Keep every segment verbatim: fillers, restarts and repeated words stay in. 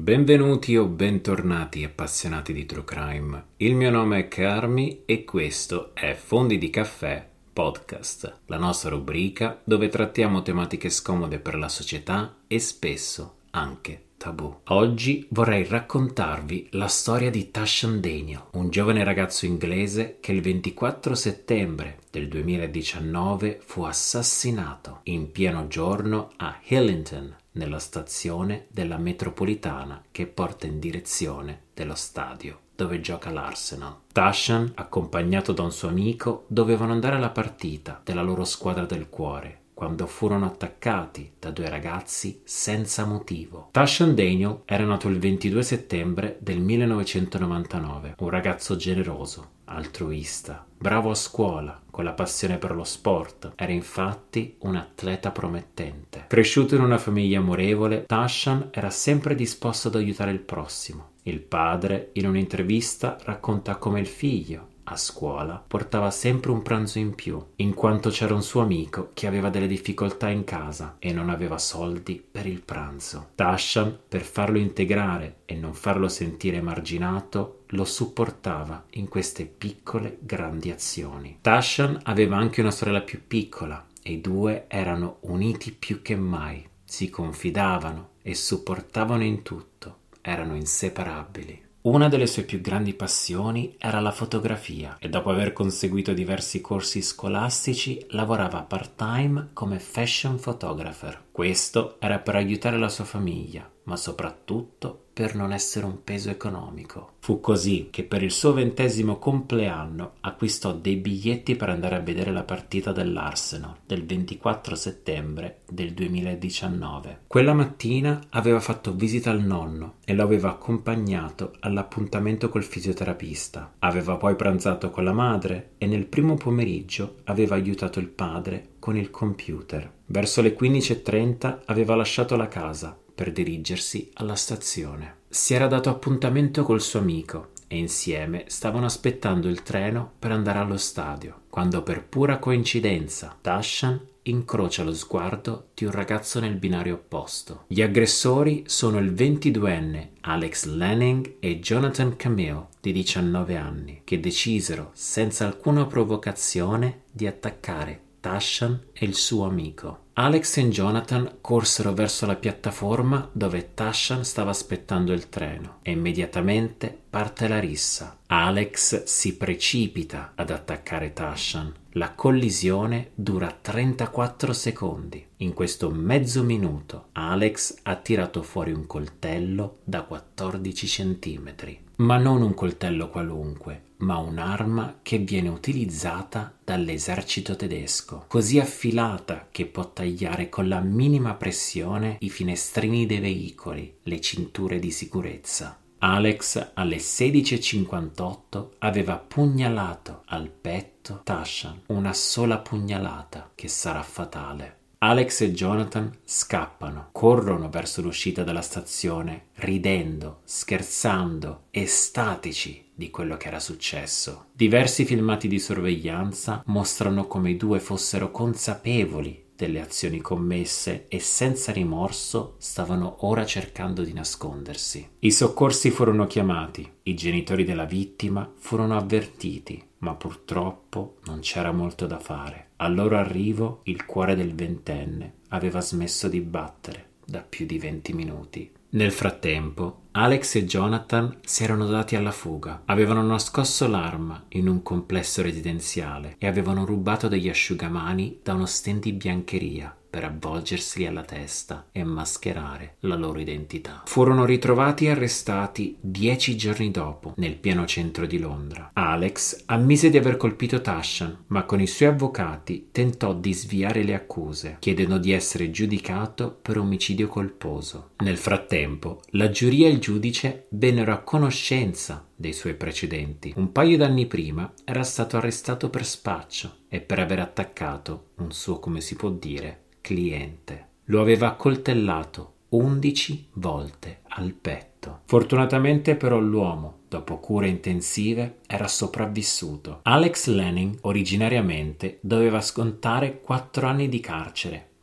Benvenuti o bentornati appassionati di True Crime. Il mio nome è Carmi e questo è Fondi di Caffè Podcast, la nostra rubrica dove trattiamo tematiche scomode per la società e spesso anche tabù. Oggi vorrei raccontarvi la storia di Tashan Daniel, un giovane ragazzo inglese che il ventiquattro settembre del duemiladiciannove fu assassinato in pieno giorno a Hillington, nella stazione della metropolitana che porta in direzione dello stadio dove gioca l'Arsenal. Tashan, accompagnato da un suo amico, dovevano andare alla partita della loro squadra del cuore quando furono attaccati da due ragazzi senza motivo. Tashan Daniel era nato il ventidue settembre del millenovecentonovantanove, un ragazzo generoso, altruista, bravo a scuola, con la passione per lo sport. Era infatti un atleta promettente. Cresciuto in una famiglia amorevole, Tashan era sempre disposto ad aiutare il prossimo. Il padre, in un'intervista, racconta come il figlio, a scuola, portava sempre un pranzo in più, in quanto c'era un suo amico che aveva delle difficoltà in casa e non aveva soldi per il pranzo. Tashan, per farlo integrare e non farlo sentire emarginato, lo supportava in queste piccole grandi azioni. Tashan aveva anche una sorella più piccola e i due erano uniti più che mai, si confidavano e supportavano in tutto, erano inseparabili. Una delle sue più grandi passioni era la fotografia e dopo aver conseguito diversi corsi scolastici lavorava part-time come fashion photographer. Questo era per aiutare la sua famiglia, ma soprattutto per non essere un peso economico. Fu così che per il suo ventesimo compleanno acquistò dei biglietti per andare a vedere la partita dell'Arsenal del ventiquattro settembre del duemiladiciannove. Quella mattina aveva fatto visita al nonno e lo aveva accompagnato all'appuntamento col fisioterapista. Aveva poi pranzato con la madre e nel primo pomeriggio aveva aiutato il padre con il computer. Verso le quindici e trenta aveva lasciato la casa per dirigersi alla stazione. Si era dato appuntamento col suo amico e insieme stavano aspettando il treno per andare allo stadio, quando per pura coincidenza Tashan incrocia lo sguardo di un ragazzo nel binario opposto. Gli aggressori sono il ventiduenne Alex Lanning e Jonathan Camille di diciannove anni, che decisero senza alcuna provocazione di attaccare Tashan e il suo amico. Alex e Jonathan corsero verso la piattaforma dove Tashan stava aspettando il treno e immediatamente parte la rissa. Alex si precipita ad attaccare Tashan. La collisione dura trentaquattro secondi. In questo mezzo minuto Alex ha tirato fuori un coltello da quattordici centimetri. Ma non un coltello qualunque, ma un'arma che viene utilizzata dall'esercito tedesco, così affilata che può tagliare con la minima pressione i finestrini dei veicoli, le cinture di sicurezza. Alex alle sedici e cinquantotto aveva pugnalato al petto Tashan, una sola pugnalata che sarà fatale. Alex e Jonathan scappano, corrono verso l'uscita della stazione, ridendo, scherzando, estatici di quello che era successo. Diversi filmati di sorveglianza mostrano come i due fossero consapevoli delle azioni commesse e senza rimorso stavano ora cercando di nascondersi. I soccorsi furono chiamati, i genitori della vittima furono avvertiti, ma purtroppo non c'era molto da fare. Al loro arrivo il cuore del ventenne aveva smesso di battere da più di venti minuti. Nel frattempo, Alex e Jonathan si erano dati alla fuga. Avevano nascosto l'arma in un complesso residenziale e avevano rubato degli asciugamani da uno stand di biancheria per avvolgerseli alla testa e mascherare la loro identità. Furono ritrovati e arrestati dieci giorni dopo, nel pieno centro di Londra. Alex ammise di aver colpito Tashan, ma con i suoi avvocati tentò di sviare le accuse, chiedendo di essere giudicato per omicidio colposo. Nel frattempo, la giuria e il giudice vennero a conoscenza dei suoi precedenti. Un paio d'anni prima era stato arrestato per spaccio e per aver attaccato un suo, come si può dire, cliente. Lo aveva accoltellato undici volte al petto. Fortunatamente però l'uomo, dopo cure intensive, era sopravvissuto. Alex Lanning originariamente doveva scontare quattro anni di carcere,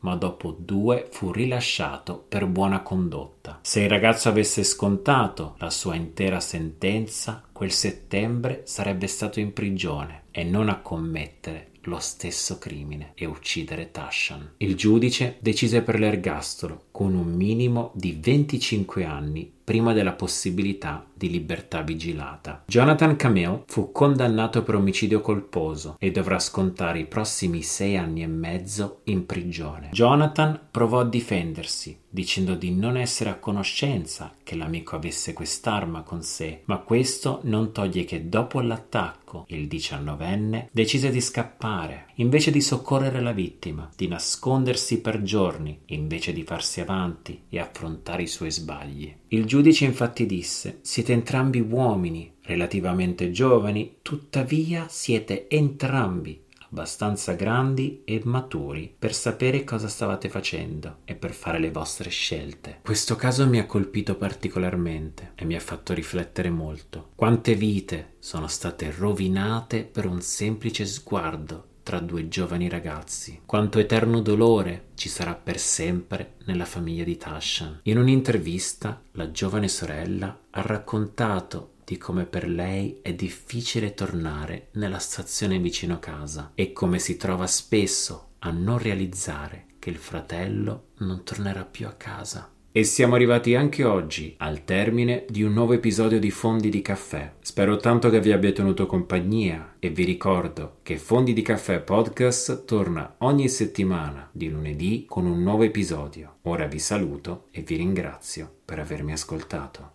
ma dopo due fu rilasciato per buona condotta. Se il ragazzo avesse scontato la sua intera sentenza, quel settembre sarebbe stato in prigione e non a commettere lo stesso crimine e uccidere Tashan. Il giudice decise per l'ergastolo con un minimo di venticinque anni prima della possibilità di libertà vigilata. Jonathan Camille fu condannato per omicidio colposo e dovrà scontare i prossimi sei anni e mezzo in prigione. Jonathan provò a difendersi, dicendo di non essere a conoscenza che l'amico avesse quest'arma con sé, ma questo non toglie che dopo l'attacco il diciannovenne decise di scappare, invece di soccorrere la vittima, di nascondersi per giorni, invece di farsi avanti e affrontare i suoi sbagli. Il giudice infatti disse: siete entrambi uomini, relativamente giovani, tuttavia siete entrambi abbastanza grandi e maturi per sapere cosa stavate facendo e per fare le vostre scelte. Questo caso mi ha colpito particolarmente e mi ha fatto riflettere molto. Quante vite sono state rovinate per un semplice sguardo tra due giovani ragazzi. Quanto eterno dolore ci sarà per sempre nella famiglia di Tashan. In un'intervista, la giovane sorella ha raccontato di come per lei è difficile tornare nella stazione vicino casa e come si trova spesso a non realizzare che il fratello non tornerà più a casa. E siamo arrivati anche oggi al termine di un nuovo episodio di Fondi di Caffè. Spero tanto che vi abbia tenuto compagnia e vi ricordo che Fondi di Caffè Podcast torna ogni settimana di lunedì con un nuovo episodio. Ora vi saluto e vi ringrazio per avermi ascoltato.